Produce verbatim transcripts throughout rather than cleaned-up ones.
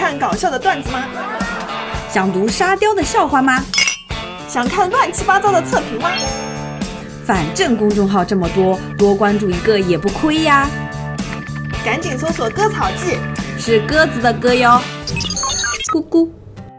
看搞笑的段子吗？ 想读沙雕的笑话吗？ 想看乱七八糟的测评吗？ 反正公众号这么多，多关注一个也不亏呀。 赶紧搜索割草记， 是鸽子的歌哟。咕咕。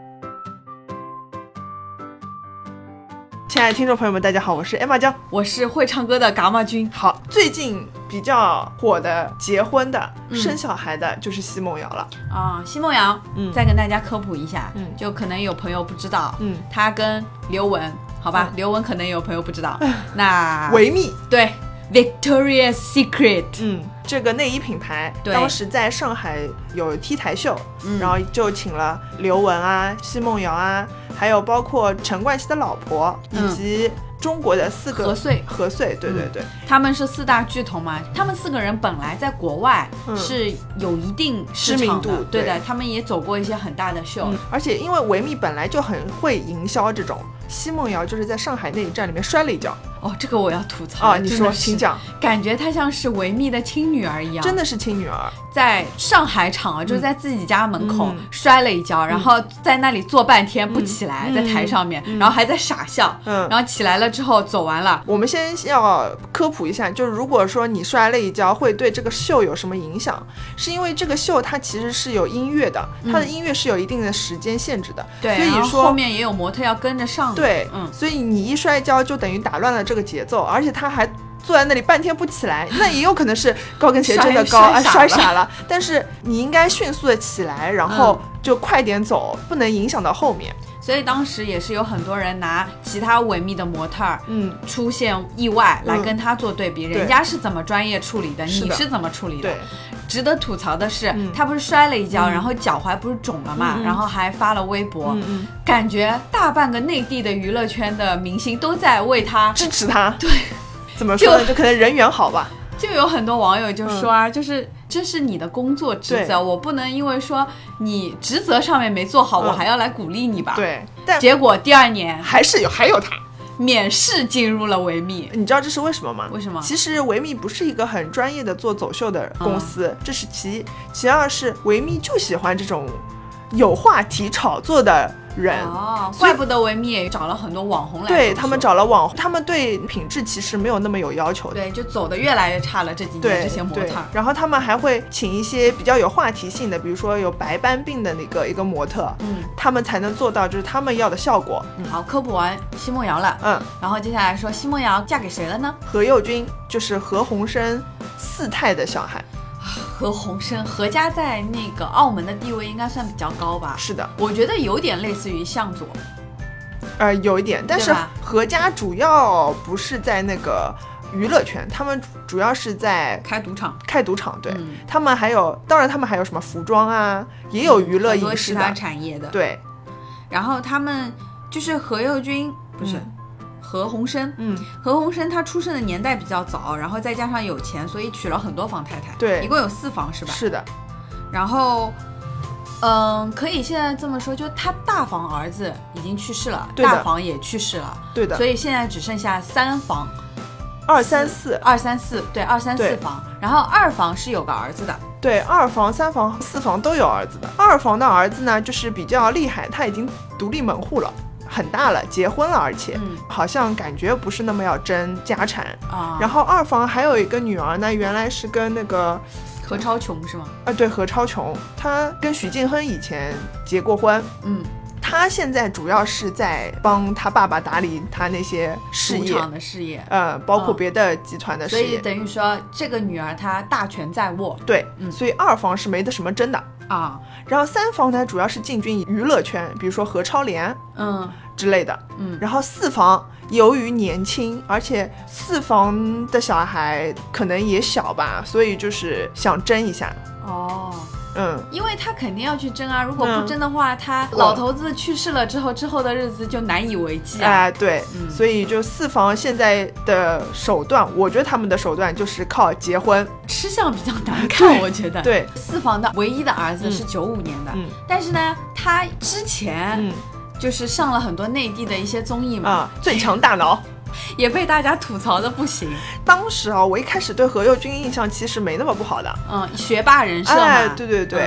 亲爱的听众朋友们，大家好，我是艾玛酱， 我是会唱歌的蛤蟆君。 好，最近比较火的结婚的、嗯、生小孩的就是奚梦瑶了啊。奚梦瑶，嗯，再跟大家科普一下， 嗯， 就可能有朋友不知道， 嗯， 她跟刘雯，好吧，嗯、刘雯可能有朋友不知道，那维密， 对 ，Victoria's Secret， 嗯。这个内衣品牌当时在上海有 T 台秀、嗯、然后就请了刘雯啊、奚梦瑶啊，还有包括陈冠希的老婆、嗯、以及中国的四个何穗何穗对对对、嗯、 他们是四大巨头嘛，他们四个人本来在国外是有一定市场的、 知名度， 对的，他们也走过一些很大的秀、 嗯、而且因为维密本来就很会营销这种，奚梦瑶就是在上海那一站里面摔了一跤。 哦，这个我要吐槽啊！你说，请讲。 感觉她像是维密的亲女儿一样， 真的是亲女儿。 在上海场啊，就是在自己家门口摔了一跤、嗯，然后在那里坐半天不起来，嗯、在台上面、嗯，然后还在傻笑。嗯，然后起来了之后走完了。 我们先要科普一下，就是如果说你摔了一跤，会对这个秀有什么影响？是因为这个秀它其实是有音乐的，它的音乐是有一定的时间限制的。 对、 嗯，所以说后面也有模特要跟着上的。 对，嗯，所以你一摔跤就等于打乱了这个节奏，而且他还坐在那里半天不起来，那也有可能是高跟鞋真的高啊摔傻了。但是你应该迅速的起来，然后就快点走、嗯，不能影响到后面。 所以当时也是有很多人拿其他维密的模特儿，嗯，出现意外来跟他做对比，嗯、人家是怎么专业处理的， 是的你是怎么处理的？ 对。 值得吐槽的是、嗯、他不是摔了一跤、嗯、然后脚踝不是肿了嘛、嗯、然后还发了微博、嗯嗯、感觉大半个内地的娱乐圈的明星都在为他支持他。 对， 怎么说呢，就可能人缘好吧。 就有很多网友就说啊、嗯、就是这是你的工作职责，我不能因为说你职责上面没做好、嗯、我还要来鼓励你吧。 对，但结果第二年还是有还有他免试进入了维密。 你知道这是为什么吗？ 为什么？ 其实维密不是一个很专业的做走秀的公司、嗯、这是其一，其二是维密就喜欢这种有话题炒作的人。 哦，怪不得维密也找了很多网红来。 对，他们找了网红，他们对品质其实没有那么有要求的。 对，就走得越来越差了这几年这些模特。 然后他们还会请一些比较有话题性的，比如说有白斑病的那个一个模特，嗯，他们才能做到就是他们要的效果。 嗯，好，科普完奚梦瑶了，嗯，然后接下来说奚梦瑶嫁给谁了呢？ 何猷君，就是何鸿燊四太的小孩。 何鸿燊，何家在那个澳门的地位应该算比较高吧？ 是的， 我觉得有点类似于向佐， 呃，有一点，但是何家主要不是在那个娱乐圈，他们主要是在开赌场， 开赌场，对、嗯，他们还有，当然他们还有什么服装啊，也有娱乐影视的、 嗯、很多其他产业的， 对。 然后他们就是何猷君，不是。嗯何鸿燊，嗯，何鸿燊他出生的年代比较早，然后再加上有钱，所以娶了很多房太太， 对， 一共有四房是吧？ 是的。然后，嗯，可以现在这么说，就他大房儿子已经去世了，大房也去世了， 对的， 所以现在只剩下三房， 二三四， 二三四，对，二三四房。然后二房是有个儿子的， 对，二房、三房、四房都有儿子的。二房的儿子呢，就是比较厉害，他已经独立门户了。很大了，结婚了，而且、嗯、好像感觉不是那么要争家产啊。然后二房还有一个女儿呢，原来是跟那个何超琼是吗？ 啊，对，何超琼，她跟许晋亨以前结过婚，嗯，她现在主要是在帮她爸爸打理他那些事业， 赌场的事业， 呃，包括别的集团的事业， 所以等于说这个女儿她大权在握， 对，嗯，所以二房是没得什么争的。啊，然后三房呢，主要是进军娱乐圈，比如说何超莲，嗯之类的，嗯。然后四房由于年轻，而且四房的小孩可能也小吧，所以就是想争一下。哦，嗯， 因为他肯定要去争啊，如果不争的话，嗯、他老头子去世了之后，之后的日子就难以为继啊。 哎、呃，对、嗯，所以就四房现在的手段，我觉得他们的手段就是靠结婚， 吃相比较难看，我觉得。 对， 四房的唯一的儿子是九五年的、嗯，但是呢，他之前、嗯、就是上了很多内地的一些综艺嘛， 啊，最强大脑。 也被大家吐槽的不行。 当时啊，我一开始对何猷君印象其实没那么不好的， 嗯，学霸人设嘛， 哎，对对对。嗯，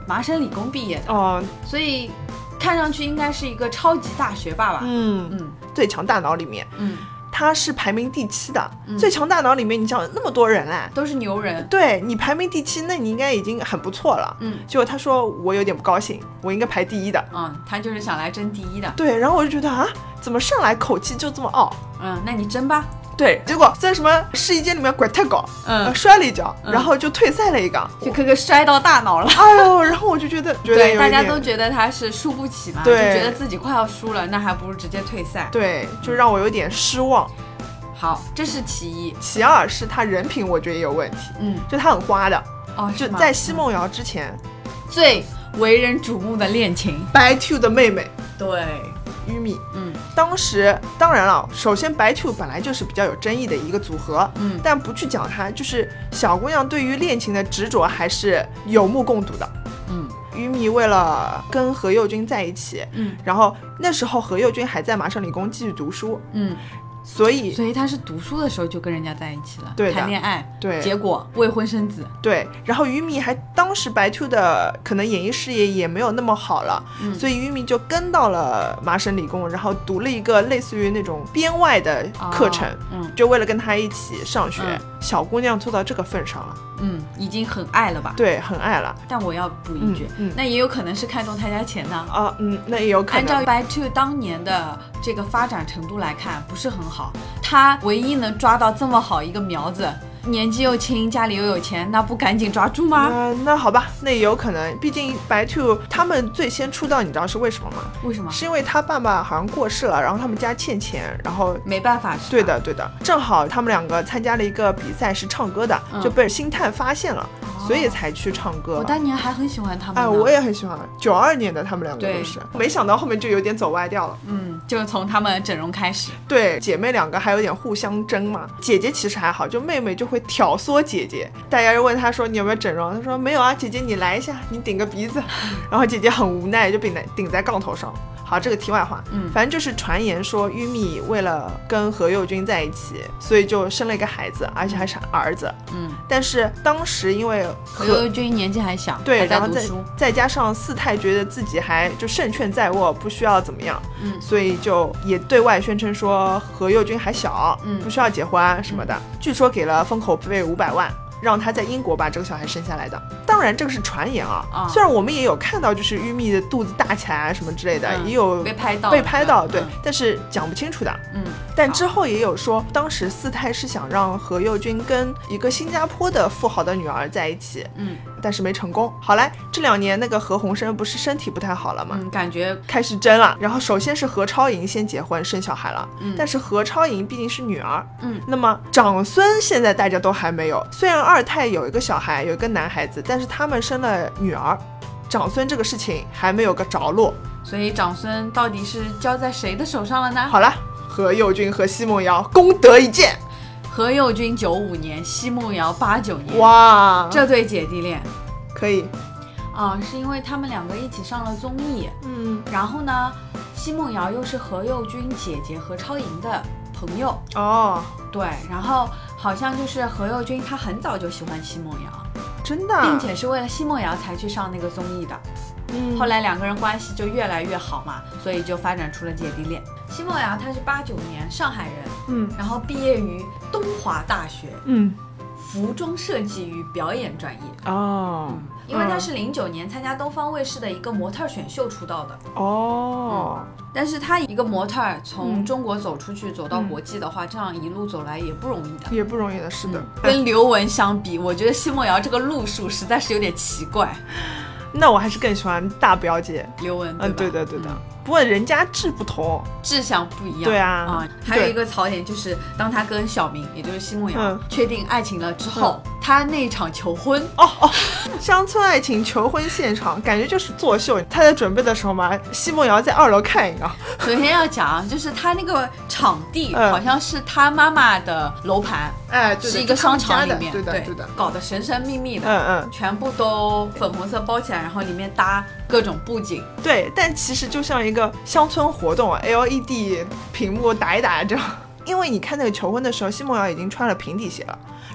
麻省理工毕业的哦， 所以看上去应该是一个超级大学霸吧。 嗯嗯，最强大脑里面，嗯。他是排名第七的、嗯、最强大脑里面，你想那么多人哎， 都是牛人， 对你排名第七，那你应该已经很不错了。嗯，结果他说我有点不高兴，我应该排第一的。 嗯，他就是想来争第一的。 对，然后我就觉得啊，怎么上来口气就这么傲？ 嗯，那你争吧。 对，结果在什么试衣间里面拐太高，嗯、呃，摔了一跤， 嗯、 然后就退赛了一个， 就可可摔到大脑了。 哎呦，然后我就觉得，觉得对，大家都觉得他是输不起嘛， 对， 就觉得自己快要输了，那还不如直接退赛。 对，就让我有点失望。 好，这是其一。 其二是他人品，我觉得也有问题。嗯，就他很花的。 哦， 就在奚梦瑶之前， 嗯、最为人瞩目的恋情， 白兔的妹妹。 对。 玉蜜，嗯，当时当然了，首先白兔本来就是比较有争议的一个组合，嗯，但不去讲它，就是小姑娘对于恋情的执着还是有目共睹的，嗯，玉蜜为了跟何猷君在一起，嗯，然后那时候何猷君还在麻省理工继续读书，嗯。所以， 所以他是读书的时候就跟人家在一起了， 对， 谈恋爱， 对， 结果未婚生子， 对。然后于蜜还当时白兔的可能演艺事业也没有那么好了，嗯，所以于蜜就跟到了麻省理工，然后读了一个类似于那种编外的课程，哦、嗯，就为了跟他一起上学。嗯、小姑娘做到这个份上了， 嗯，已经很爱了吧？ 对，很爱了。 但我要补一句，嗯嗯、那也有可能是看中他家钱呢。 啊，嗯，那也有可能。 按照白兔当年的这个发展程度来看，不是很好。他唯一能抓到这么好一个苗子，年纪又轻，家里又有钱，那不赶紧抓住吗？ 呃、那好吧，那也有可能。毕竟白兔他们最先出道，你知道是为什么吗？ 为什么？ 是因为他爸爸好像过世了，然后他们家欠钱，然后没办法。 对的，对的。正好他们两个参加了一个比赛，是唱歌的，嗯、就被星探发现了。所以才去唱歌。 我当年还很喜欢他们。 哎，我也很喜欢。九二年的他们两个都是，没想到后面就有点走歪掉了。 嗯，就从他们整容开始。 对，姐妹两个还有点互相争嘛。姐姐其实还好，就妹妹就会挑唆姐姐。大家就问她说你有没有整容，她说没有啊，姐姐你来一下，你顶个鼻子。然后姐姐很无奈，就顶在顶在杠头上。好，这个题外话，嗯，反正就是传言说玉蜜为了跟何猷君在一起，所以就生了一个孩子，而且还是儿子，嗯，但是当时因为何猷君年纪还小， 对， 还在读书，然后再再加上四太觉得自己还就胜券在握，不需要怎么样，嗯，所以就也对外宣称说何猷君还小，嗯，不需要结婚什么的，嗯、据说给了封口费五百万。让他在英国把这个小孩生下来的，当然这个是传言啊。啊虽然我们也有看到，就是玉蜜的肚子大起来啊什么之类的，嗯、也有被拍到被拍到，对， 嗯、 但是讲不清楚的。嗯，但之后也有说，当时四太是想让何猷君跟一个新加坡的富豪的女儿在一起，嗯，但是没成功。好来，这两年那个何鸿燊不是身体不太好了吗？ 嗯，感觉开始争了。然后首先是何超莹先结婚生小孩了，嗯，但是何超莹毕竟是女儿，嗯，那么长孙现在大家都还没有，虽然二太有一个小孩，有一个男孩子，但是他们生了女儿，长孙这个事情还没有个着落， 所以长孙到底是交在谁的手上了呢？ 好了，何猷君和奚梦瑶功德一件。 何猷君九五年，奚梦瑶八九年， 哇， 这对姐弟恋可以啊，是因为他们两个一起上了综艺，嗯，然后呢，奚梦瑶又是何猷君姐姐何超莹的朋友哦，对，然后好像就是何猷君他很早就喜欢奚梦瑶， 真的， 并且是为了奚梦瑶才去上那个综艺的。嗯，后来两个人关系就越来越好嘛，所以就发展出了姐弟恋。奚梦瑶她是八九年上海人，嗯，然后毕业于东华大学，嗯，服装设计与表演专业哦、嗯，因为她是零九年参加东方卫视的一个模特选秀出道的哦、嗯，但是她一个模特从中国走出去、嗯、走到国际的话、嗯，这样一路走来也不容易的， 也不容易的，是的。嗯、 跟刘雯相比，我觉得奚梦瑶这个路数实在是有点奇怪。 那我还是更喜欢大表姐刘雯， 嗯，对的对的。嗯，不过人家志不同， 志向不一样。 对啊， 啊，还有一个槽点就是，当他跟小明，也就是奚梦瑶、嗯、确定爱情了之后，嗯、他那场求婚， 哦哦，乡村爱情求婚现场，感觉就是作秀。他在准备的时候嘛，奚梦瑶在二楼看一个。 首先要讲，就是他那个场地好像是他妈妈的楼盘， 哎、嗯， 是一个商场里面， 对的对的， 搞得神神秘秘的， 嗯嗯， 全部都粉红色包起来，然后里面搭各种布景。 对，但其实就像一个乡村活动 L E D 屏幕打一打这样。因为你看那个求婚的时候，奚梦瑶已经穿了平底鞋了，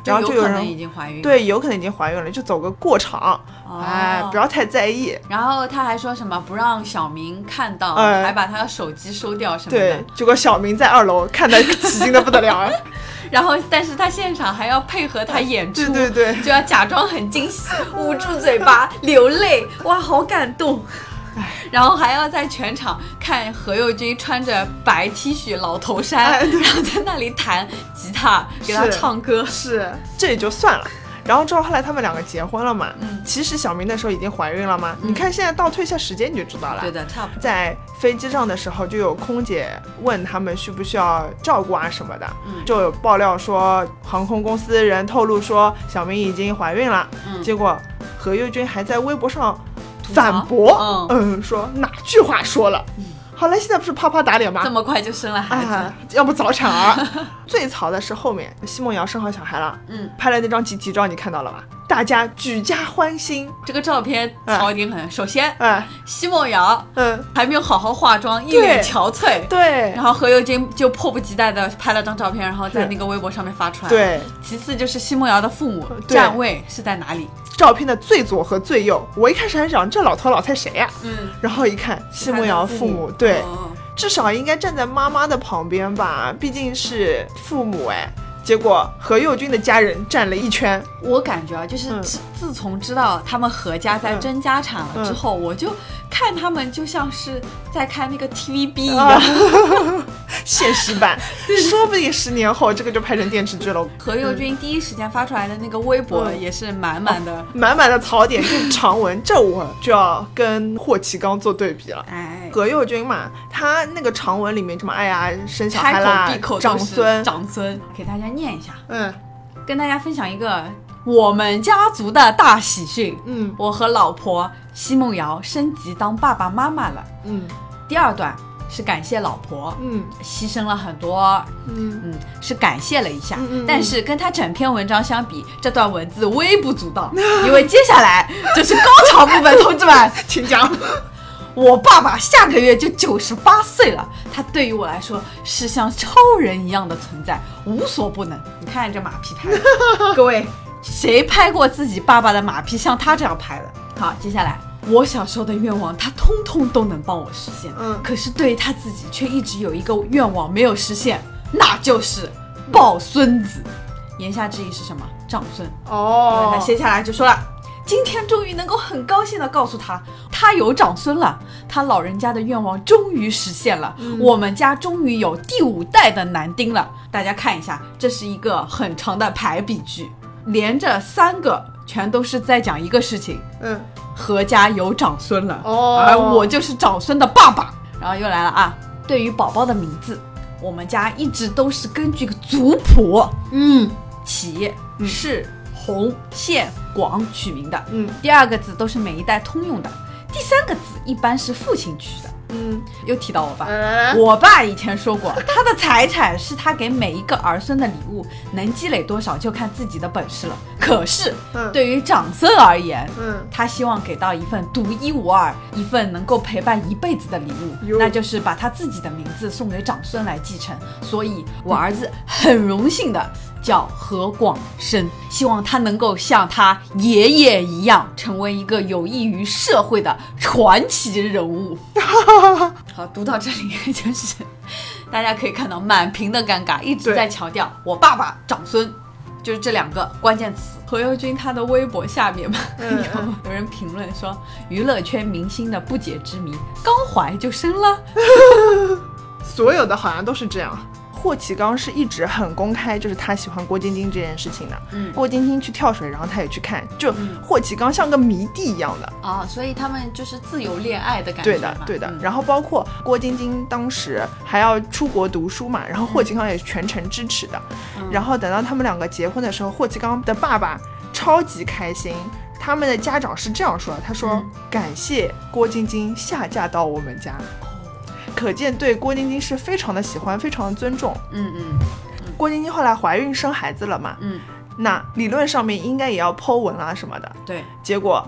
然后就有人已经怀孕， 对，有可能已经怀孕了，就走个过场，哦、哎，不要太在意。 然后他还说什么不让小明看到，哎、还把他的手机收掉什么的。 对，结果小明在二楼看得起劲的不得了。 然后，但是他现场还要配合他演出， 对对对， 就要假装很惊喜，捂住嘴巴流泪，哇，好感动。然后还要在全场看何猷君穿着白 T 恤老头衫、哎、然后在那里弹吉他给他唱歌， 是, 是这也就算了。然后之后后来他们两个结婚了嘛，嗯，其实小明那时候已经怀孕了嘛、嗯、你看现在倒退一下时间你就知道了。 对的，差不多。 在飞机上的时候就有空姐问他们需不需要照顾啊什么的、嗯、就有爆料说航空公司人透露说小明已经怀孕了、嗯、结果何猷君还在微博上反驳，嗯, 嗯，说哪句话说了、嗯、好了，现在不是啪啪打脸吗？ 这么快就生了孩子、啊、 要不早产儿。最槽的是后面奚梦瑶生好小孩了，嗯，拍了那张集体照你看到了吧？大家举家欢欣。 这个照片槽点很、哎、首先哎，奚梦瑶嗯还没有好好化妆，一脸憔悴， 对， 然后何猷君就迫不及待的拍了张照片，然后在那个微博上面发出来。 对， 其次就是奚梦瑶的父母站位是在哪里？ 照片的最左和最右，我一开始还想这老头老太谁呀、啊？嗯，然后一看奚梦瑶父母，对、哦，至少应该站在妈妈的旁边吧，毕竟是父母哎。结果何猷君的家人站了一圈。 我感觉啊，就是、嗯、自从知道他们何家在争家产了之后、嗯、我就看他们就像是在看那个 T V B 一样、啊、 现实版说不定十年后这个就拍成电视剧了。 何猷君第一时间发出来的那个微博也是满满的、 嗯哦、满满的槽点跟长文，这我就要跟霍启刚做对比了。哎，何猷君嘛，他那个长文里面什么哎呀生小孩啦， 开口闭口长孙长孙，给大家念一下。嗯，跟大家分享一个我们家族的大喜讯。嗯，我和老婆奚梦瑶升级当爸爸妈妈了。嗯，第二段是感谢老婆，嗯，牺牲了很多，嗯嗯，是感谢了一下，嗯嗯，但是跟他整篇文章相比，这段文字微不足道，因为接下来就是高潮部分，同志们， 请讲。 我爸爸下个月就九十八岁了，他对于我来说是像超人一样的存在，无所不能。你看这马屁拍的，各位，谁拍过自己爸爸的马屁像他这样拍的？好，接下来我小时候的愿望他通通都能帮我实现，嗯，可是对于他自己却一直有一个愿望没有实现，那就是抱孙子。言下之意是什么？长孙。哦，他接下来就说了，今天终于能够很高兴地告诉他，他有长孙了，他老人家的愿望终于实现了、嗯、我们家终于有第五代的男丁了。大家看一下，这是一个很长的排比句，连着三个全都是在讲一个事情，嗯，何家有长孙了、哦、而我就是长孙的爸爸。然后又来了啊，对于宝宝的名字，我们家一直都是根据个族谱，嗯，起是、嗯洪县广取名的，嗯，第二个字都是每一代通用的，第三个字一般是父亲取的，嗯，又提到我爸、呃、我爸以前说过，他的财产是他给每一个儿孙的礼物，能积累多少就看自己的本事了。可是、嗯、对于长孙而言，嗯，他希望给到一份独一无二，一份能够陪伴一辈子的礼物，那就是把他自己的名字送给长孙来继承。所以我儿子很荣幸的叫何广生，希望他能够像他爷爷一样，成为一个有益于社会的传奇人物。好，读到这里就是大家可以看到满屏的尴尬，一直在强调我爸爸长孙，就是这两个关键词。何猷君他的微博下面嘛，嗯、有有人评论说，娱乐圈明星的不解之谜，刚怀就生了。 所有的好像都是这样。霍启刚是一直很公开，就是他喜欢郭晶晶这件事情的。嗯，郭晶晶去跳水，然后他也去看，就霍启刚像个迷弟一样的啊、哦，所以他们就是自由恋爱的感觉。 对的，对的、嗯。然后包括郭晶晶当时还要出国读书嘛，然后霍启刚也全程支持的。嗯、然后等到他们两个结婚的时候，霍启刚的爸爸超级开心。他们的家长是这样说的，他说、嗯、感谢郭晶晶下嫁到我们家。可见对郭晶晶是非常的喜欢，非常的尊重。嗯嗯，嗯郭晶晶后来怀孕生孩子了嘛，嗯，那理论上面应该也要 po 文啊什么的。 对， 结果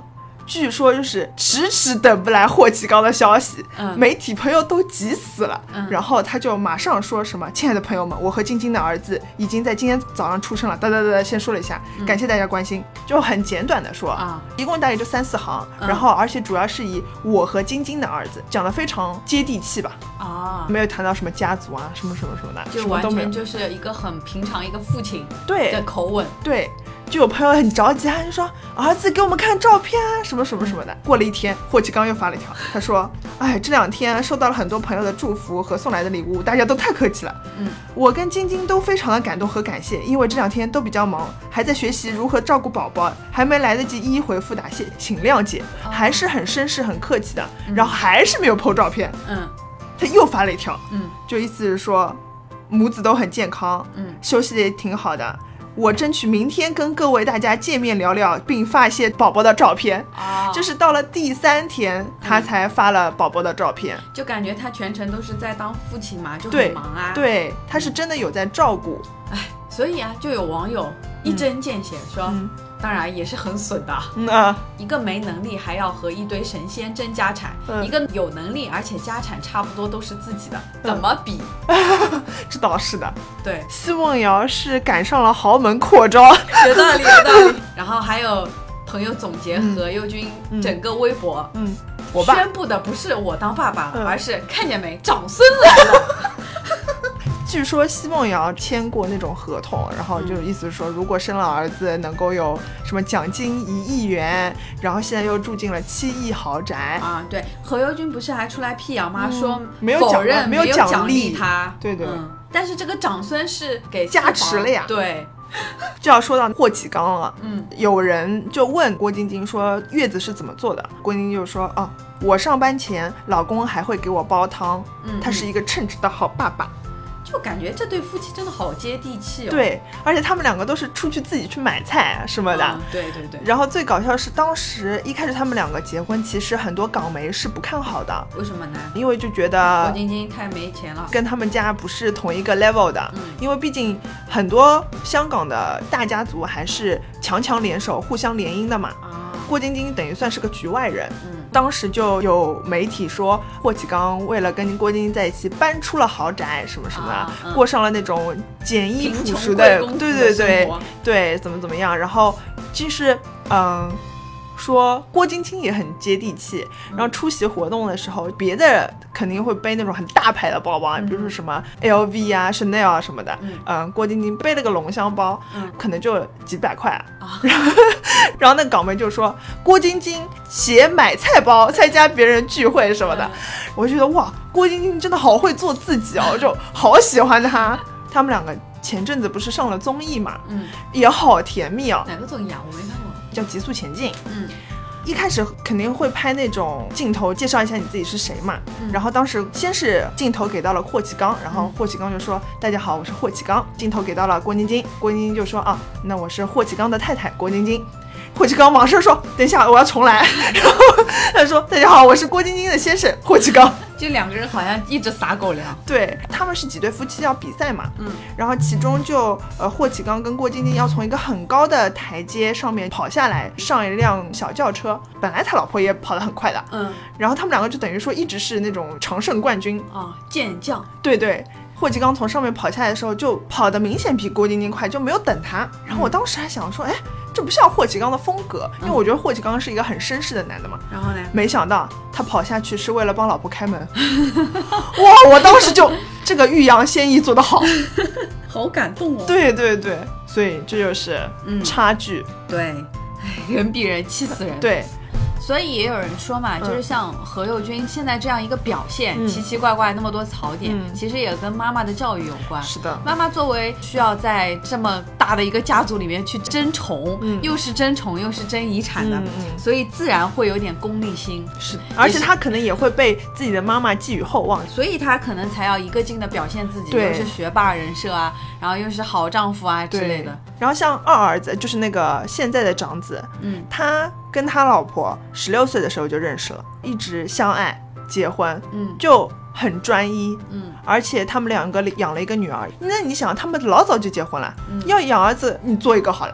据说就是迟迟等不来霍启刚的消息，嗯、媒体朋友都急死了、嗯。然后他就马上说什么：“亲爱的朋友们，我和晶晶的儿子已经在今天早上出生了。”哒哒哒，先说了一下，感谢大家关心，就很简短的说啊、嗯，一共大概就三四行、嗯。然后而且主要是以我和晶晶的儿子讲的非常接地气吧。啊，没有谈到什么家族啊，什么什么什么的， 就完全就是一个很平常一个父亲的口吻。 对。就有朋友很着急啊，就说儿子给我们看照片啊，什么什么什么的。嗯、过了一天，霍启刚又发了一条，他说：“哎，这两天收到了很多朋友的祝福和送来的礼物，大家都太客气了。嗯，我跟晶晶都非常的感动和感谢，因为这两天都比较忙，还在学习如何照顾宝宝，还没来得及一一回复答谢，请谅解。哦、还是很绅士很客气的。嗯、然后还是没有 po 照片。嗯，他又发了一条，嗯，就意思是说母子都很健康，嗯，休息的也挺好的。”我争取明天跟各位大家见面聊聊，并发些宝宝的照片。哦，就是到了第三天，他才发了宝宝的照片、嗯， 就感觉他全程都是在当父亲嘛，就很忙啊。 对，对他是真的有在照顾。 哎、嗯，所以啊，就有网友一针见血说。嗯当然也是很损的、 嗯啊， 一个没能力还要和一堆神仙争家产、嗯、一个有能力而且家产差不多都是自己的、嗯、怎么比这倒是的。 对， 奚梦瑶是赶上了豪门扩招， 有道理有道理。然后还有朋友总结何猷君整个微博，嗯，嗯我爸宣布的不是我当爸爸、嗯、而是看见没长孙来了。 据说奚梦瑶签过那种合同，然后就意思是说，如果生了儿子能够有什么奖金一亿元，然后现在又住进了七亿豪宅啊。对，何猷君不是还出来辟谣吗？嗯、说没有否认没有奖励他， 对对、 嗯。但是这个长孙是给加持了呀。 对， 就要说到霍启刚了。嗯，有人就问郭晶晶说月子是怎么做的，郭晶晶就说啊，我上班前老公还会给我煲汤，嗯，他是一个称职的好爸爸。 就感觉这对夫妻真的好接地气哦。 对，而且他们两个都是出去自己去买菜什么的、 嗯、对对对。 然后最搞笑的是当时一开始他们两个结婚，其实很多港媒是不看好的。 为什么呢？ 因为就觉得郭晶晶太没钱了， 跟他们家不是同一个 level 的、嗯、因为毕竟很多香港的大家族还是强强联手互相联姻的嘛、啊、郭晶晶等于算是个局外人。嗯，当时就有媒体说霍启刚为了跟郭晶晶在一起搬出了豪宅什么什么的、啊嗯、过上了那种简易朴实的，对对对对，怎么怎么样。然后其实嗯说郭晶晶也很接地气，然后出席活动的时候别的肯定会背那种很大牌的包包、嗯、比如说什么 L V 啊 Chanel 啊什么的。 嗯, 嗯郭晶晶背了个龙箱包、嗯、可能就几百块啊。然后然后那港媒就说郭晶晶携买菜包参加别人聚会什么的、嗯、我就觉得哇，郭晶晶真的好会做自己哦，我就好喜欢她。他们两个前阵子不是上了综艺嘛，嗯，也好甜蜜哦。 哪个综艺啊？我没看过。 叫《极速前进》。嗯，一开始肯定会拍那种镜头介绍一下你自己是谁嘛、嗯、然后当时先是镜头给到了霍启刚，然后霍启刚就说、嗯、大家好，我是霍启刚。镜头给到了郭晶晶，郭晶晶就说啊，那我是霍启刚的太太郭晶晶。霍启刚马上说等一下我要重来，然后他说大家好，我是郭晶晶的先生霍启刚。 就两个人好像一直撒狗粮。 对，他们是几对夫妻要比赛嘛，嗯，然后其中就呃霍启刚跟郭晶晶要从一个很高的台阶上面跑下来，上一辆小轿车，本来他老婆也跑得很快的，嗯，然后他们两个就等于说一直是那种常胜冠军啊，健将。 对对，霍启刚从上面跑下来的时候就跑得明显比郭晶晶快，就没有等他。然后我当时还想说，哎、嗯，这不像霍启刚的风格，因为我觉得霍启刚是一个很绅士的男的嘛。 然后呢？ 没想到他跑下去是为了帮老婆开门。哇！我当时就这个欲扬先抑做得好， 好感动哦。 对对对，所以这就是差距。 嗯、对，人比人气死人。 对。 所以也有人说嘛，就是像何猷君现在这样一个表现、嗯、奇奇怪怪那么多槽点、嗯、其实也跟妈妈的教育有关。 是的， 妈妈作为需要在这么大的一个家族里面去争宠、嗯、又是争宠又是争遗产的、嗯嗯、所以自然会有点功利心。 是，而且她可能也会被自己的妈妈寄予厚望， 所以她可能才要一个劲的表现自己，又是学霸人设啊，然后又是好丈夫啊之类的。 然后像二儿子就是那个现在的长子，嗯，他跟他老婆十六岁的时候就认识了，一直相爱结婚，嗯，就很专一，嗯，而且他们两个养了一个女儿。那你想他们老早就结婚了、嗯、要养儿子你做一个好了，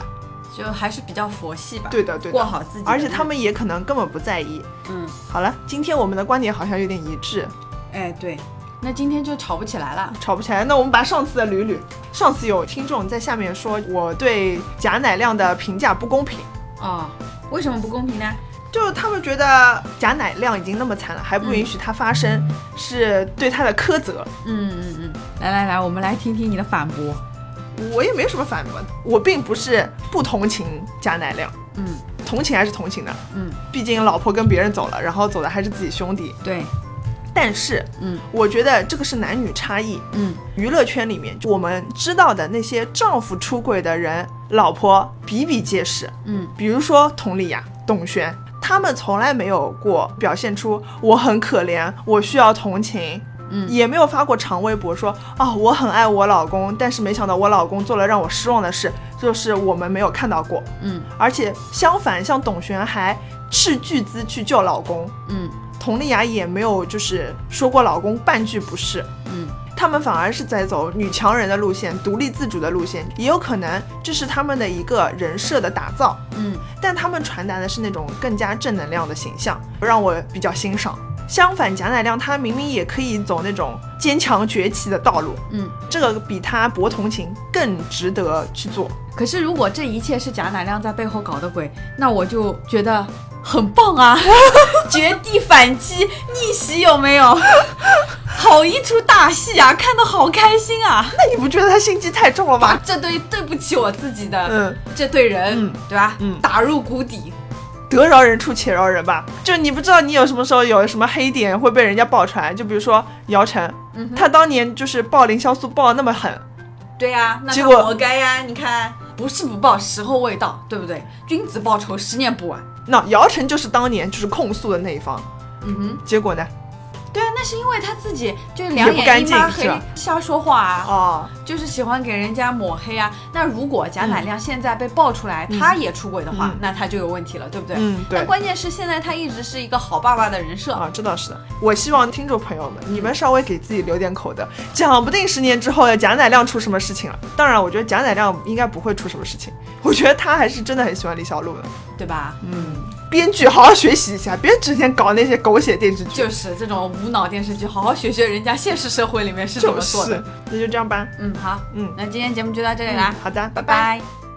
就还是比较佛系吧。 对的对的， 过好自己的， 而且他们也可能根本不在意。 嗯， 好了，今天我们的观点好像有点一致。 哎，对，那今天就吵不起来了。 吵不起来，那我们把上次的捋捋。上次有听众在下面说我对贾乃亮的评价不公平。 哦，为什么不公平呢？ 就他们觉得贾乃亮已经那么惨了，还不允许他发声，嗯、是对他的苛责。 嗯嗯嗯，来来来，我们来听听你的反驳。 我也没什么反驳，我并不是不同情贾乃亮， 嗯， 同情还是同情的， 嗯， 毕竟老婆跟别人走了，然后走的还是自己兄弟， 对。 但是， 嗯， 我觉得这个是男女差异， 嗯， 娱乐圈里面我们知道的那些丈夫出轨的人，老婆比比皆是， 嗯， 比如说佟丽娅、董璇。他们从来没有过表现出我很可怜，我需要同情， 嗯， 也没有发过长微博说啊、哦、我很爱我老公，但是没想到我老公做了让我失望的事，就是我们没有看到过， 嗯， 而且相反，像董璇还斥巨资去救老公， 嗯， 佟丽娅也没有就是说过老公半句不是， 嗯。 他们反而是在走女强人的路线，独立自主的路线，也有可能这是他们的一个人设的打造， 嗯， 但他们传达的是那种更加正能量的形象，让我比较欣赏。相反，贾乃亮他明明也可以走那种坚强崛起的道路， 嗯， 这个比他博同情更值得去做。 可是如果这一切是贾乃亮在背后搞的鬼，那我就觉得很棒啊，绝地反击，逆袭有没有？好一出大戏啊，看得好开心啊！ 那你不觉得他心机太重了吗？ 这对对不起我自己的， 嗯， 这对人， 嗯， 对吧？ 嗯， 打入谷底。 得饶人处且饶人吧，就你不知道你有什么时候有什么黑点会被人家爆出来，就比如说姚晨， 嗯， 他当年就是爆凌潇肃爆得那么狠， 对呀、啊，那他活该呀！你看，不是不报，时候未到，对不对？君子报仇，十年不晚。 那姚晨就是当年就是控诉的那一方， 嗯哼， 结果呢？ 对啊，那是因为他自己就是两眼一抹黑，瞎说话啊， 哦， 就是喜欢给人家抹黑啊。那如果贾乃亮现在被爆出来，嗯、他也出轨的话，嗯、那他就有问题了，对不对？ 嗯，对。 但关键是现在他一直是一个好爸爸的人设啊，这倒是的。我希望听众朋友们，你们稍微给自己留点口德，讲不定十年之后贾乃亮出什么事情了。当然，我觉得贾乃亮应该不会出什么事情，我觉得他还是真的很喜欢李小璐的， 对吧？ 嗯。编剧好好学习一下，别整天搞那些狗血电视剧。 就是这种无脑电视剧，好好学学人家现实社会里面是怎么做的。 就是，那就这样吧。 嗯，好， 嗯， 那今天节目就到这里啦。 嗯、好的，拜拜拜。